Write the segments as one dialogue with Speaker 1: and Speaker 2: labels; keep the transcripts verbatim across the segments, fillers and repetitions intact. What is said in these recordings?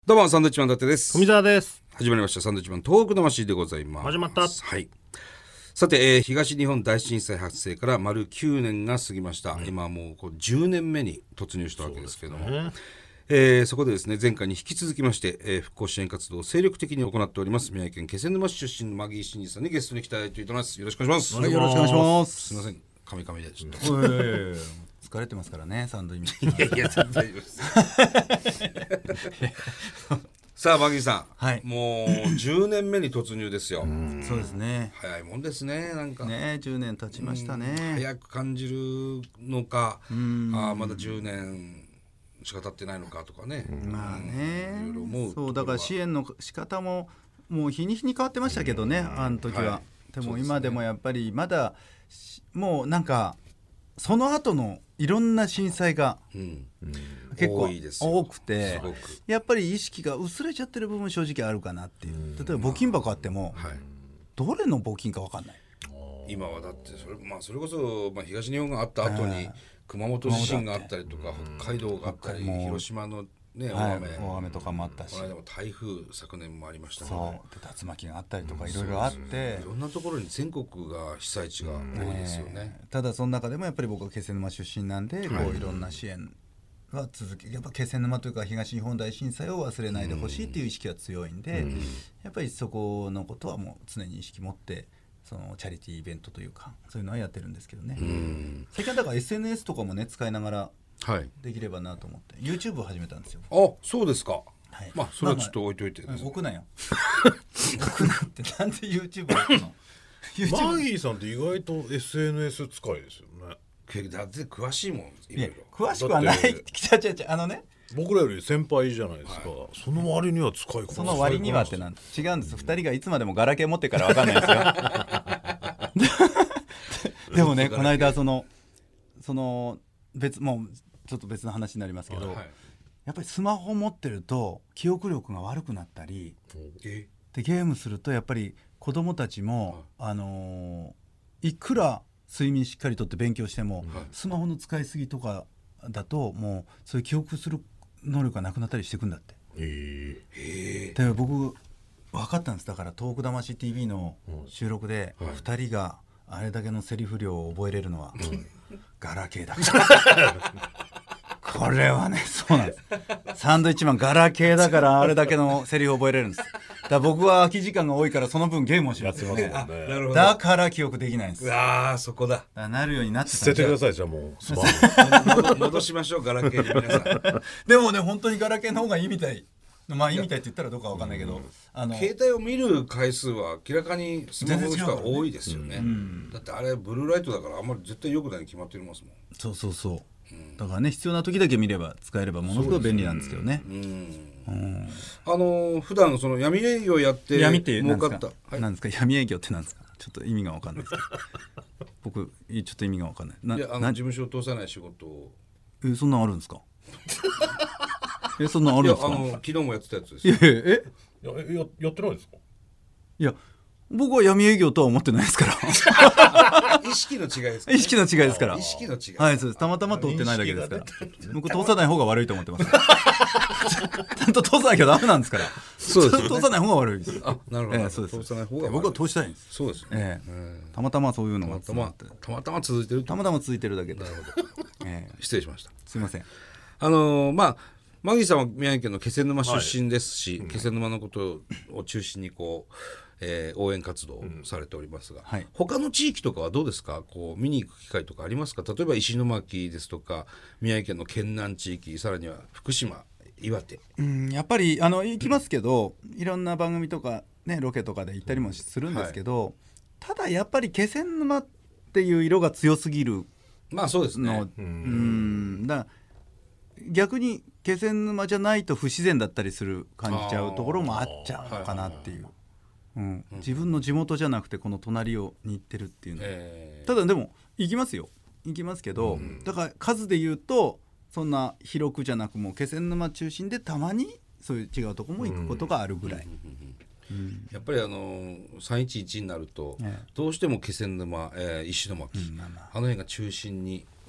Speaker 1: どうもサンドウィッチマン伊達です。
Speaker 2: 富澤です。
Speaker 1: 始まりましたサンドウィッチマン東北魂でございます。
Speaker 2: 始まった。
Speaker 1: はい。さて、えー、東日本大震災発生から丸きゅうねんが過ぎました、うん、今もうこうじゅうねんめに突入したわけですけれども、 そ,、ねえー、そこでですね、前回に引き続きまして、えー、復興支援活動を精力的に行っております宮城県気仙沼市出身のマギー真司さんにゲストに来たいと思います。よろしくお願いします。
Speaker 3: はい、よろしくお願いします。
Speaker 1: すみません、カミカミでちょっと
Speaker 3: 疲れてますからね、サンドイッチ。
Speaker 1: いやいや大丈夫ですさあマギーさん、はい、もうじゅうねんめに突入ですよ。
Speaker 3: うそうですね、
Speaker 1: 早いもんですね。なんか
Speaker 3: ね、じゅうねん経ちましたね。
Speaker 1: 早く感じるのか、あまだじゅうねんしか経ってないのかとかね。
Speaker 3: まあね、
Speaker 1: いろいろ思う。
Speaker 3: そうだから支援の仕方ももう日に日に変わってましたけどね、あの時は、はい、でも今でもやっぱりまだもうなんかその後のいろんな震災が結構多くて、やっぱり意識が薄れちゃってる部分正直あるかなっていう。例えば募金箱あってもどれの募金か分かんない。
Speaker 1: 今はだってそれ、まあ、それこそ、まあ、東日本があった後に熊本地震があったりとか北海道があったり広島のね、大雨、
Speaker 3: 大雨とかもあったし、
Speaker 1: この間も台風昨年もありましたね。
Speaker 3: そうで竜巻があったりとかいろいろあって、
Speaker 1: いろんなところに全国が被災地が多いですよね。
Speaker 3: ただその中でもやっぱり僕は気仙沼出身なんで、こういろんな支援は続け、やっぱ気仙沼というか東日本大震災を忘れないでほしいっていう意識は強いんで、やっぱりそこのことはもう常に意識持ってそのチャリティーイベントというかそういうのはやってるんですけどね。最近はだから エスエヌエス とかもね使いながらできればなと思って、はい、YouTube を始めたんですよ。
Speaker 1: あ、そうですか。
Speaker 3: はい、
Speaker 1: まあそれはちょっと置いといて、
Speaker 3: まあまあ、置くなよ置くなってなんで YouTube 置くの
Speaker 2: マギーさんって意外と エスエヌエス 使いですよね。
Speaker 1: だって詳しいもん。
Speaker 3: いや詳しくはない。ちゃちゃちゃあのね、
Speaker 2: 僕らより先輩じゃないですか、はい、その割には使いこな
Speaker 3: その割にはってなん違うんです。ふたりがいつまでもガラケー持ってから分かんないですよでもね、この間そのその別もうちょっと別の話になりますけど、はい、やっぱりスマホ持ってると記憶力が悪くなったりでゲームするとやっぱり子供たちも、はい、あのー、いくら睡眠しっかりとって勉強しても、はい、スマホの使いすぎとかだともうそういう記憶する能力がなくなったりしていくんだって。へえ。で僕分かったんです。だから東北魂 ティーブイ の収録でふたりがあれだけのセリフ量を覚えれるのは、うん、ガラケーだからこれはね、そうなんです。サンドイッチマンガラケーだからあれだけのセリフを覚えれるんです。だから僕は空き時間が多いからその分ゲームをしますよね。だから記憶できないんです。
Speaker 1: ああ、そこだ。だ
Speaker 3: からなるようになってた。
Speaker 2: 捨ててください。じゃあもうスマホ
Speaker 1: 戻しましょう、ガラケーで皆さん
Speaker 3: でもね、本当にガラケーの方がいいみたい。まあいいみたいって言ったらどうかわかんないけど、うん、
Speaker 1: あの携帯を見る回数は明らかにスマホの人は多いですよね、うん、だってあれブルーライトだからあんまり絶対良くないに決まってますもん。
Speaker 3: そうそうそう、うん、だからね、必要な時だけ見れば使えればものすごく便利なんですけどね。うん
Speaker 1: うん、あの普段その闇営業やって
Speaker 3: 闇って儲かった、はい、なんですか闇営業ってなんですか。ちょっと意味がわかんないですけど僕ちょっと意味がわかんない。ない
Speaker 1: や、あの事務所を通さない仕事を。
Speaker 3: え、そんなんあるんですかえ、そんなんあるんですか。
Speaker 1: いや、あの昨日もやってたやつですよ。
Speaker 3: いやえ
Speaker 2: いやややってないですか。
Speaker 3: いや僕は闇営業とは思ってないですから
Speaker 1: 意識の違いですか、ね、
Speaker 3: 意識の違いですから。
Speaker 1: 意識の違い、
Speaker 3: はい、そうです。たまたま通ってないだけですから、僕通さない方が悪いと思ってますちゃんと通さなきゃダメなんですから。
Speaker 1: そうです、ね、
Speaker 3: 通さない方が悪いです。
Speaker 1: あ、なるほど、えー、
Speaker 3: そうです。
Speaker 1: 通さない方が悪い。
Speaker 3: 僕は通したいんです。
Speaker 1: そうですね、
Speaker 3: えー、たまたまそういうのが
Speaker 1: たまたまたまたま続いてる
Speaker 3: たまたま続いてるだけで。
Speaker 1: なるほど、えー、失礼しました。
Speaker 3: すいません。
Speaker 1: あのー、まあマギーさんは宮城県の気仙沼出身ですし、はい、気仙沼のことを中心にこう、えー、応援活動をされておりますが、うん、はい、他の地域とかはどうですか。こう見に行く機会とかありますか。例えば石巻ですとか宮城県の県南地域、さらには福島、岩手。
Speaker 3: うん、やっぱりあの行きますけど、うん、いろんな番組とか、ね、ロケとかで行ったりもするんですけど、うん、はい、ただやっぱり気仙沼っていう色が強すぎるの。
Speaker 1: まあそうですね。
Speaker 3: うん、だ逆に気仙沼じゃないと不自然だったりする感じちゃうところもあっちゃうのかなっていう、うん、自分の地元じゃなくてこの隣をに行ってるっていうの、えー、ただでも行きますよ、行きますけど、うん、だから数で言うとそんな広くじゃなくもう気仙沼中心でたまにそういう違うところも行くことがあるぐらい、
Speaker 1: うんうん、やっぱりあのさんいちいちになると、えー、どうしても気仙沼、えー、石巻、うん、まあまあ、あの辺が中心に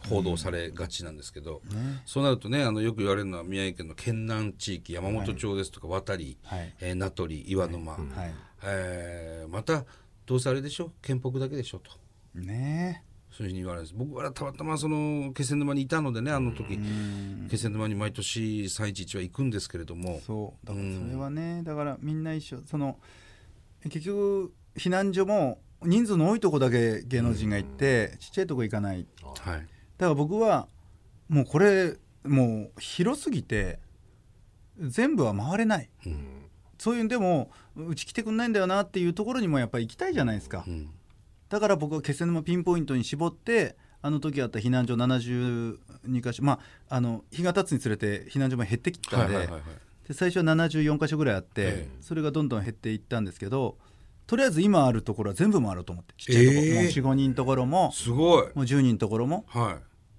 Speaker 1: 報道されがちなんですけど、ね、そうなるとねあのよく言われるのは宮城県の県南地域山本町ですとか渡り、はいえー、名取岩沼、はいえー、またどうせあれでしょ県北だけでしょとねそういうふうに言われるんです。僕はたまたまその気仙沼にいたのでねあの時気仙沼に毎年さんいちいちは行くんですけれども
Speaker 3: そうだからそれはねだからみんな一緒その結局避難所も人数の多いとこだけ芸能人が行ってちっちゃいとこ行かない、はい、だから僕はもうこれもう広すぎて全部は回れない、うん、そういうんでもうち来てくんないんだよなっていうところにもやっぱり行きたいじゃないですか、うん、だから僕は気仙沼ピンポイントに絞ってあの時あった避難所ななじゅうにかしょまああの日が経つにつれて避難所も減ってきたんで、はいはいはいはい、で最初はななじゅうよんかしょぐらいあって、えー、それがどんどん減っていったんですけどとりあえず今あるところは全部回ろうと思ってちっちゃいところ、えー、もう よん,ご 人のところも
Speaker 1: すごい
Speaker 3: もうじゅうにんのところも、はい、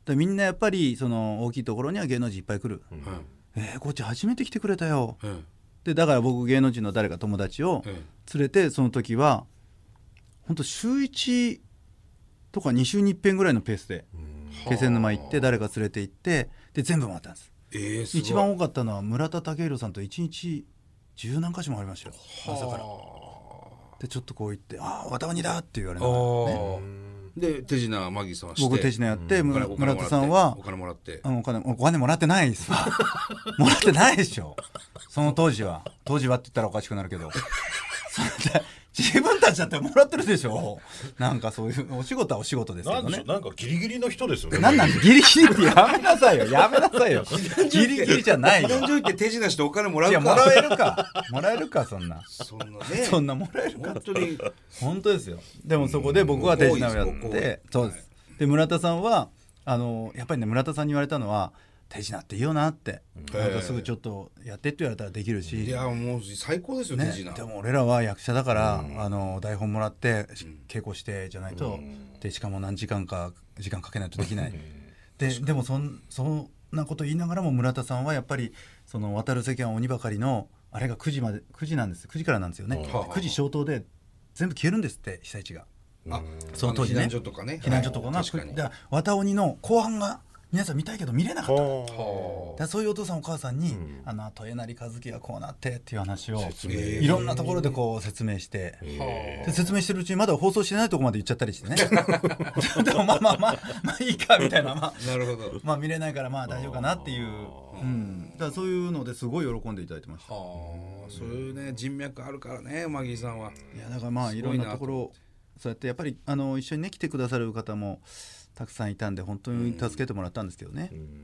Speaker 3: でみんなやっぱりその大きいところには芸能人いっぱい来る、うんえー、こっち初めて来てくれたよ、うん、でだから僕芸能人の誰か友達を連れてその時は本当週いちとかに週にいっぺんぐらいのペースで気仙沼行って誰か連れて行ってで全部回ったんです、えー、すごい一番多かったのは村田武弘さんといちにち十何か所もありましたよ朝からでちょっとこう言ってああ渡ワニだって言われながら、ね、
Speaker 1: で手品マギーさんはして
Speaker 3: 僕手品やって、うん、村, 村田さんは
Speaker 1: お金もらって
Speaker 3: お金お金もらってないですもらってないでしょその当時は当時はって言ったらおかしくなるけど自分たちだってもらってるでしょなんかそういうお仕事はお仕事ですけどね
Speaker 2: なんなんかギリギリの人ですよね
Speaker 3: なんなんギリギリってやめなさいよやめなさいよギリギリじゃないよ
Speaker 1: 避難所行って手品してお金もらうか
Speaker 3: いやもらえるかもらえるかそんな
Speaker 1: そんなね
Speaker 3: そんなもらえるか
Speaker 1: 本当に
Speaker 3: 本当ですよでもそこで僕は手品をやってそうです、はい、で村田さんはあのやっぱりね村田さんに言われたのは手品っていいよなってなんかすぐちょっとやってって言われたらできるし
Speaker 1: いやもう最高ですよ、ね、手品
Speaker 3: でも俺らは役者だから、うん、あの台本もらって稽古してじゃないと、うん、でしかも何時間か時間かけないとできない、うん、で, でもそ ん, そんなこと言いながらも村田さんはやっぱりその渡る世間は鬼ばかりのあれがくじまでくじなんですくじからなんですよね、くじ消灯で全部消えるんですって被災地が
Speaker 1: あその当時ね避難所とかね
Speaker 3: 避難所とかが、はい、だから渡鬼の後半が皆さん見たいけど見れなかっただそういうお父さんお母さんに、うん、あの豊成和樹がこうなってっていう話をいろんなところでこう説明してで説明してるうちにまだ放送してないところまで言っちゃったりしてねでもまあまあまあまあいいかみたいなまあ
Speaker 1: なるほど
Speaker 3: まあ見れないからまあ大丈夫かなっていう、うん、だからそういうのですごい喜んでいただいてました。
Speaker 1: そういうね人脈あるからねマギーさんはい
Speaker 3: やだからまあいろんなところそうやってやっぱりあの一緒にね来てくださる方もたくさんいたんで本当に助けてもらったんですけどね、うんうん、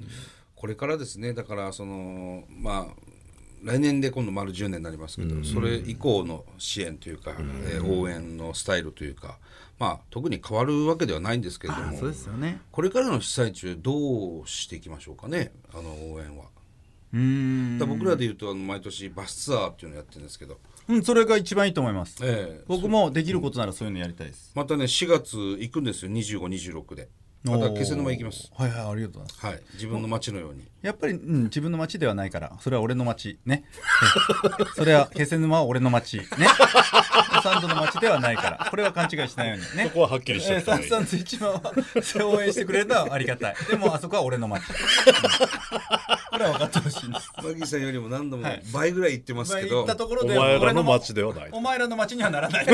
Speaker 1: これからですねだからそのまあ来年で今度丸じゅうねんになりますけど、うん、それ以降の支援というか、うんえー、応援のスタイルというかまあ特に変わるわけではないんですけれども
Speaker 3: そうですよね
Speaker 1: これからの被災地どうしていきましょうかねあの応援はうーんだ僕らでいうとあの毎年バスツアーっていうのをやってるんですけど
Speaker 3: うん、それが一番いいと思います、えー、僕もできることならそういうのやりたいです、
Speaker 1: うん、またねしがつ行くんですよにじゅうご、にじゅうろくでまた気仙沼行きます
Speaker 3: はいはいありがとうございます、
Speaker 1: はい、自分の町のように
Speaker 3: やっぱり、うん、自分の町ではないからそれは俺の町ねそれは気仙沼は俺の町ねサンドの町ではないからこれは勘違いしないようにね
Speaker 2: そこははっきりして
Speaker 3: サンサンズ一番は応援してくれるのはありがたいでもあそこは俺の町、うん、これは分かってほしいんです
Speaker 1: マギーさんよりも何度も倍ぐらい行ってますけど、
Speaker 3: はい、行ったところで
Speaker 2: お前らの町ではない
Speaker 3: お前らの町にはならない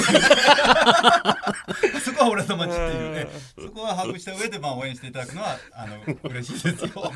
Speaker 3: そこは俺の町っていうねそこは把握した上でまあ応援していただくのはあの嬉しいですよ、はい、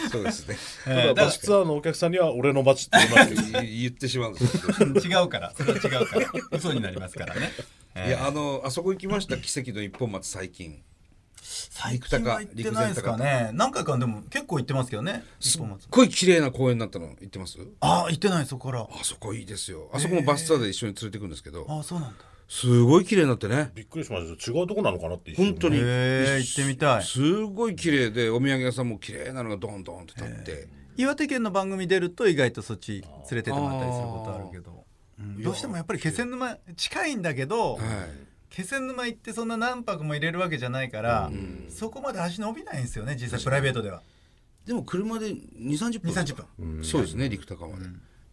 Speaker 1: そうですね
Speaker 2: ただバスツアーのお客さんには俺の町って言いますけど
Speaker 1: 言ってしまうんです
Speaker 3: 違うからそれは違うから嘘になりますからね、
Speaker 1: えー、いやあのあそこ行きました奇跡の一本松最近
Speaker 3: 最近は行ってないですかね何回かでも結構行ってますけどね
Speaker 1: すっごい綺麗な公園になったの行ってます
Speaker 3: ああ行ってないそこからあ
Speaker 1: そこいいですよあそこもバスツアーで一緒に連れてくるんですけど
Speaker 3: あそうなんだ
Speaker 1: すごい綺麗になってね
Speaker 2: びっくりしました違うとこなのかなって
Speaker 1: 本当に
Speaker 3: へ行ってみたい
Speaker 1: すごい綺麗でお土産屋さんも綺麗なのがドンドンって立って
Speaker 3: 岩手県の番組出ると意外とそっち連れてってもらったりすることあるけど、うん、どうしてもやっぱり気仙沼近いんだけど、はい、気仙沼行ってそんな何泊も入れるわけじゃないから、うん、そこまで足伸びないんですよね実際プライベートでは
Speaker 1: でも車でにじゅう、さんじゅっぷん
Speaker 3: にじゅう、さんじゅっぷん、
Speaker 1: うん、そうですね陸高まで、うん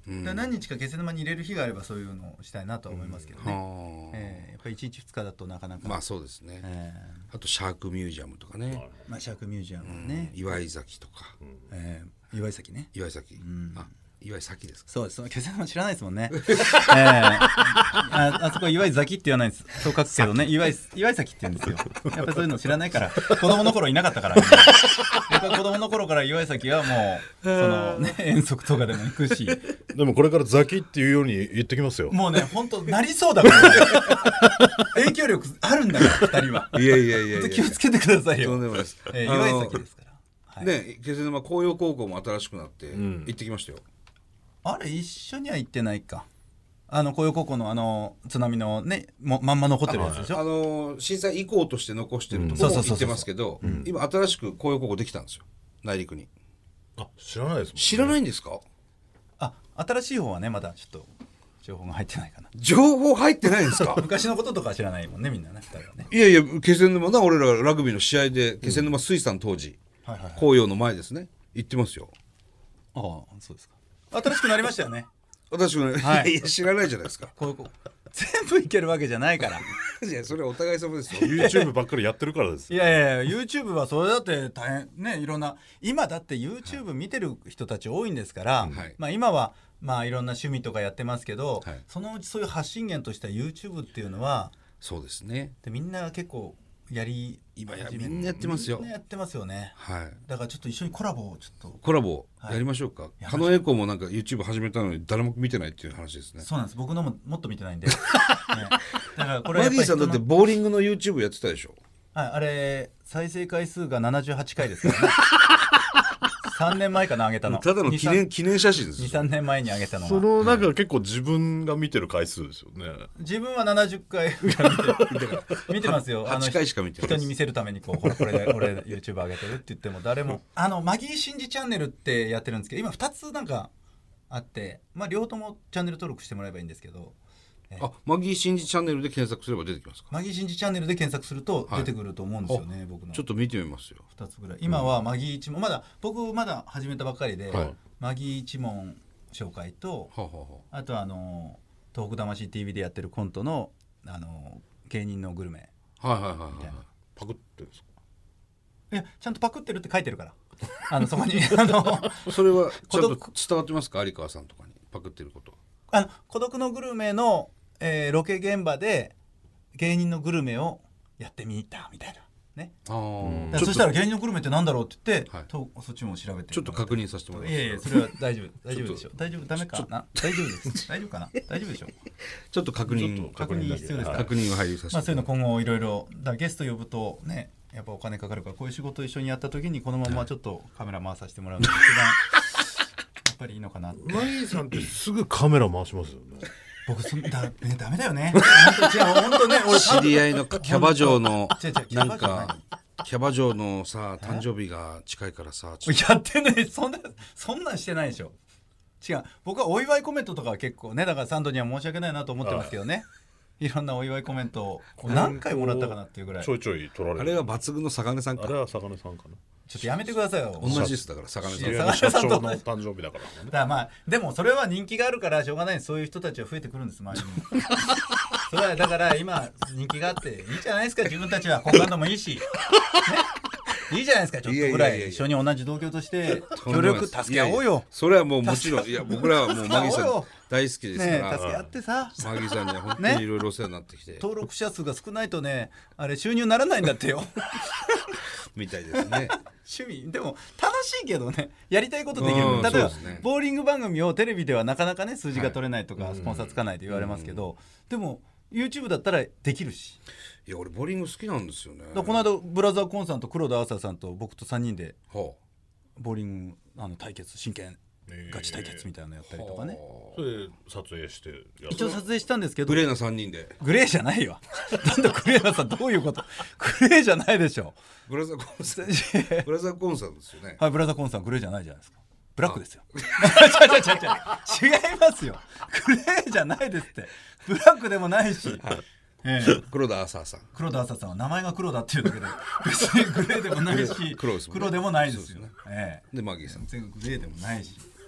Speaker 3: うん、だ何日か気仙沼に入れる日があればそういうのをしたいなと思いますけどね、うんえー、やっぱりいちにちふつかだとなかなか
Speaker 1: まあそうですね、えー、あとシャークミュージアムとかね、
Speaker 3: まあ、シャークミュージアムね、
Speaker 1: うん、岩井崎とか、うん
Speaker 3: えー、岩井崎ね
Speaker 1: 岩井崎、うん、あ岩井崎ですか。
Speaker 3: そうです。気仙沼知らないですもんね。えー、あ, あそこ岩井崎って言わないです。そう書くけどね、岩井岩井崎って言うんですよ。やっぱりそういうの知らないから、子供の頃いなかったから。やっぱり子供の頃から岩井崎はもうそのね遠足とかでも行くし。
Speaker 2: でもこれからザキっていうように言ってきますよ。
Speaker 3: もうね本当なりそうだから、ね。影響力あるんだから二人は。
Speaker 1: いやいやいやいや。
Speaker 3: 気をつけてくださいよ。
Speaker 1: とんでもないです。
Speaker 3: えー、岩井崎ですから。
Speaker 1: はい、ね気仙沼紅葉高校も新しくなって行ってきましたよ。うん
Speaker 3: あれ一緒には行ってないか。あの紅葉高校のあの津波のねもまんま残ってるやつでしょ。
Speaker 1: あの震災遺構として残してるところも行ってますけど、今新しく紅葉高校できたんですよ内陸に。
Speaker 2: あ知らないですもん、ね。
Speaker 1: 知らないんですか。
Speaker 3: あ新しい方はねまだちょっと情報が入ってないかな。
Speaker 1: 情報入ってないんですか。
Speaker 3: 昔のこととかは知らないもんねみんなね。二人はね
Speaker 1: いやいや気仙沼な俺らラグビーの試合で気仙沼水産当時、うんはいはいはい、紅葉の前ですね行ってますよ。
Speaker 3: ああそうですか。新しくなりましたよね。
Speaker 1: 新しくなり、はい、いや知らないじゃないですか。
Speaker 3: こうこう全部いけるわけじゃないから。
Speaker 1: いやそれはお互い様ですよ。
Speaker 2: YouTube ばっかりやってるからです。
Speaker 3: いやいや YouTube はそれだって大変ねいろんな今だって YouTube 見てる人たち多いんですから、はい、まあ今はまあいろんな趣味とかやってますけど、はい、そのうちそういう発信源としては YouTube っていうのは
Speaker 1: そうですね。
Speaker 3: でみんな結構やり
Speaker 1: 今やみんなやってますよ。
Speaker 3: みんなやってますよね。
Speaker 1: はい。
Speaker 3: だからちょっと一緒にコラボをちょっと
Speaker 1: コラボやりましょうか。狩野英孝もなんか YouTube 始めたのに誰も見てないっていう話ですね。
Speaker 3: そうなんです。僕のももっと見てないんで。ね、だからこれ
Speaker 1: マギーさんだってボーリングの YouTube やってたでしょ。
Speaker 3: はいあれ再生回数がななじゅうはちかいですからね。さんねんまえかな上げたの。
Speaker 1: ただの記念記念写真ですよ。
Speaker 3: にさんねんまえに上げたのは。
Speaker 2: そのなんか結構自分が見てる回数ですよね。
Speaker 3: 自分はななじゅっかい見て見てますよ。
Speaker 1: はちかいしか見てない。
Speaker 3: 人に見せるためにこうほらこれで俺 YouTube 上げてるって言っても誰もあのマギー真司チャンネルってやってるんですけど今ふたつなんかあってまあ両方ともチャンネル登録してもらえばいいんですけど。
Speaker 1: あマギー真司チャンネルで検索すれば出てきますか。
Speaker 3: マギー真司チャンネルで検索すると出てくると思うんですよね、はい、僕の
Speaker 1: ちょっと見てみますよ。
Speaker 3: ふたつぐらい今はマギー一門まだ僕まだ始めたばっかりで、はい、マギー一門紹介と、はははあとはあの東北魂 ティーブイ でやってるコントのあの芸人のグルメ
Speaker 1: はいはいはいはい
Speaker 2: パクってるんですか。
Speaker 3: いやちゃんとパクってるって書いてるからあのそこにあの
Speaker 1: それはちゃんと伝わってますか有川さんとかにパクってること。
Speaker 3: あの孤独のグルメのえー、ロケ現場で芸人のグルメをやってみたみたいなね。あそしたら芸人のグルメってなんだろうって言って、はい、とそっちも調べて
Speaker 1: ちょっと確認させてもらいます。
Speaker 3: いやいやそれは大丈夫大丈夫でしょ。大丈夫ダメかな大丈夫です大丈夫かな大丈夫でしょ。
Speaker 1: ちょっと確認
Speaker 3: 確認必要ですから
Speaker 1: 確認を入りさせて、
Speaker 3: まあ、そういうの今後いろいろだゲスト呼ぶとねやっぱお金かかるからこういう仕事を一緒にやった時にこのままちょっとカメラ回させてもらうのが一番やっぱりいいのかなって。
Speaker 2: マギーさんってすぐカメラ回しますよね。
Speaker 3: 僕そんだ、ね、ダメだよね。本当違う本当ね。俺
Speaker 1: 知り合いのキャバ嬢のなんかキャバ嬢のさ誕生日が近いからさ
Speaker 3: やってないそんなそんなんしてないでしょ。違う僕はお祝いコメントとかは結構ねだからサンドには申し訳ないなと思ってますけどね。いろんなお祝いコメントを何回もらったかなっていうぐらい
Speaker 2: ちょいちょい取られる。
Speaker 1: あれは抜群の坂根さんか。
Speaker 2: あれは坂根さんかな。
Speaker 3: ちょっとやめてくださいよ。
Speaker 1: 同じですだから坂根さん。
Speaker 2: 坂根さん社長の誕生日だから、ね、
Speaker 3: だからまあでもそれは人気があるからしょうがない。そういう人たちは増えてくるんです周りに。それはだから今人気があっていいじゃないですか。自分たちは好感度もいいし、ね、いいじゃないですか。ちょっとぐらい一緒に同じ同郷として協力助け合おうよ。いやいや
Speaker 1: それはもうもちろんいや僕らはもうマギーさん大好きですから、
Speaker 3: ね、助け合ってさ
Speaker 1: マギーさんには本当にいろいろお世話になってきて、ね、
Speaker 3: 登録者数が少ないとねあれ収入ならないんだってよ。
Speaker 1: みたいですね。
Speaker 3: 趣味でも楽しいけどねやりたいことできる。例えば、ね、ボーリング番組をテレビではなかなかね数字が取れないとか、はい、スポンサーつかないと言われますけど、でも YouTube だったらできるし。
Speaker 1: いや俺ボーリング好きなんですよね。
Speaker 3: この間ブラザーコンさんと黒田麻さんと僕とさんにんでボーリングあの対決真剣ガチ対決みたいなのやったりとかね。
Speaker 2: それ撮影して
Speaker 3: 一応撮影したんですけど
Speaker 1: グレーなさんにんで。
Speaker 3: グレーじゃないよ。なんだグレーなさんどういうこと。グレーじゃないでしょ。
Speaker 1: ブラザーコンさんブラザーコンさんですよね。
Speaker 3: はいブラザーコンさんグレーじゃないじゃないですか。ブラックですよ。違う違う違う違いますよ。グレーじゃないですって。ブラックでもないし、はい
Speaker 1: えー、黒田麻さん
Speaker 3: 黒田麻さんは名前が黒だっていうだけで別にグレーでもないし黒でもないですよね。
Speaker 1: でマギーさん
Speaker 3: 全然グレーでもないし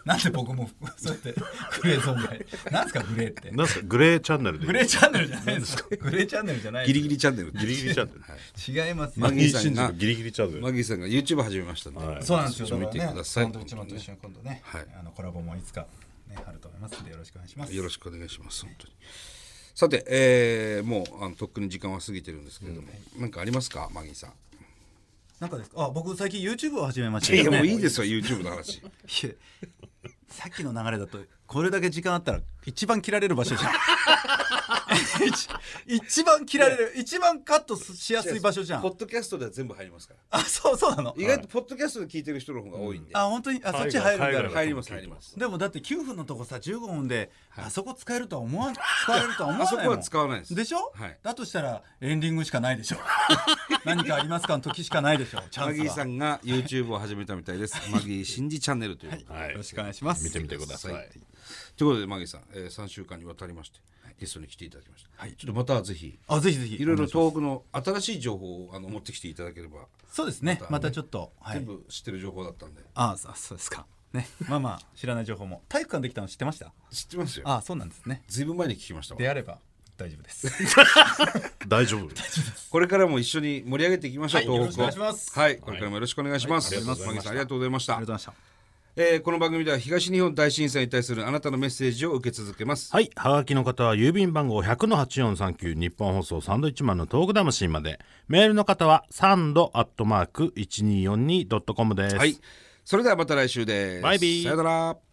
Speaker 3: なんで僕もそうやってグレーゾーンでなんですかグレーって
Speaker 2: なんですかグレーチャンネルで
Speaker 3: グレーチャンネルじゃないですかグレーチャンネルじゃない
Speaker 1: ギリギリチャンネル
Speaker 2: ギリギリチャンネル、はい、
Speaker 3: 違います
Speaker 1: マ
Speaker 3: よ
Speaker 1: ギーさんが
Speaker 2: ギリギリチャンネル
Speaker 1: マギーさんが YouTube 始めましたんで、
Speaker 2: はい
Speaker 3: そうなんですよ
Speaker 1: ちょっと見てください。
Speaker 3: サンドウィッチマンと一緒に今度ね、
Speaker 1: はい、
Speaker 3: あのコラボもいつか、ね、あると思いますのでよろしくお願いします。
Speaker 1: よろしくお願いします本当に。さて、えー、もうあのとっくに時間は過ぎてるんですけれども、うん、なんかありますかマギーさん。
Speaker 3: なんかですか。あ、僕最近 YouTube を始めました、
Speaker 1: ね、いやもういいですよ YouTube の話
Speaker 3: さっきの流れだとこれだけ時間あったら一番切られる場所じゃん一番切られる一番カットしやすい場所じゃん。
Speaker 1: ポッドキャストでは全部入りますから。
Speaker 3: あ、そうそうなの。
Speaker 1: 意外とポッドキャストで聞いてる人の方が多いんで、
Speaker 3: うん、あ、本当に。あ、そっち入るんだよ。
Speaker 1: 入ります入ります。
Speaker 3: でもだってきゅうふんのとこさじゅうごふんで、はい、あそこ使えるとは思わん使われるとは思わないもん。
Speaker 1: あそこは使わないです
Speaker 3: でしょ、
Speaker 1: はい、
Speaker 3: だとしたらエンディングしかないでしょ何かありますかの時しかないでしょチャンスは。
Speaker 1: マギーさんが YouTube を始めたみたいですマギー真司チャンネルということで、
Speaker 3: はい、よろしくお願いします。
Speaker 2: 見てみてください、はい、
Speaker 1: ということでマギーさん、えー、さんしゅうかんにわたりましてゲストに来ていただきました、はい、ちょっとまたぜひ
Speaker 3: あぜひぜひ
Speaker 1: いろいろ東北の新しい情報をあの持ってきていただければ。
Speaker 3: そうですね、また、ね、またちょっと、
Speaker 1: はい、全部知ってる情報だったんで。
Speaker 3: ああ、そうですかね。まあまあ知らない情報も体育館できたの知ってました？
Speaker 1: 知ってますよ。
Speaker 3: ああ、そうなんですね。
Speaker 1: ずいぶん前に聞きましたわ。
Speaker 3: であれば大丈夫です
Speaker 2: 大丈夫
Speaker 1: これからも一緒に盛り上げていきましょう、
Speaker 3: はい、
Speaker 1: 東北を。
Speaker 3: よろしくお願いします。
Speaker 1: はい、これからもよろしくお願いします。
Speaker 3: はいはい、
Speaker 1: マギーさんありがとうございました。
Speaker 3: ありがとうございました。
Speaker 1: えー、この番組では東日本大震災に対するあなたのメッセージを受け続けます。
Speaker 2: はい、はがきの方は郵便番号 ひゃくのはちよんさんきゅう 日本放送サンドイッチマンのトーク魂まで。メールの方はサンドアットマーク いちにーよんにドットコム です。
Speaker 1: はい、それではまた来週です。
Speaker 2: バイビー。
Speaker 1: さよなら。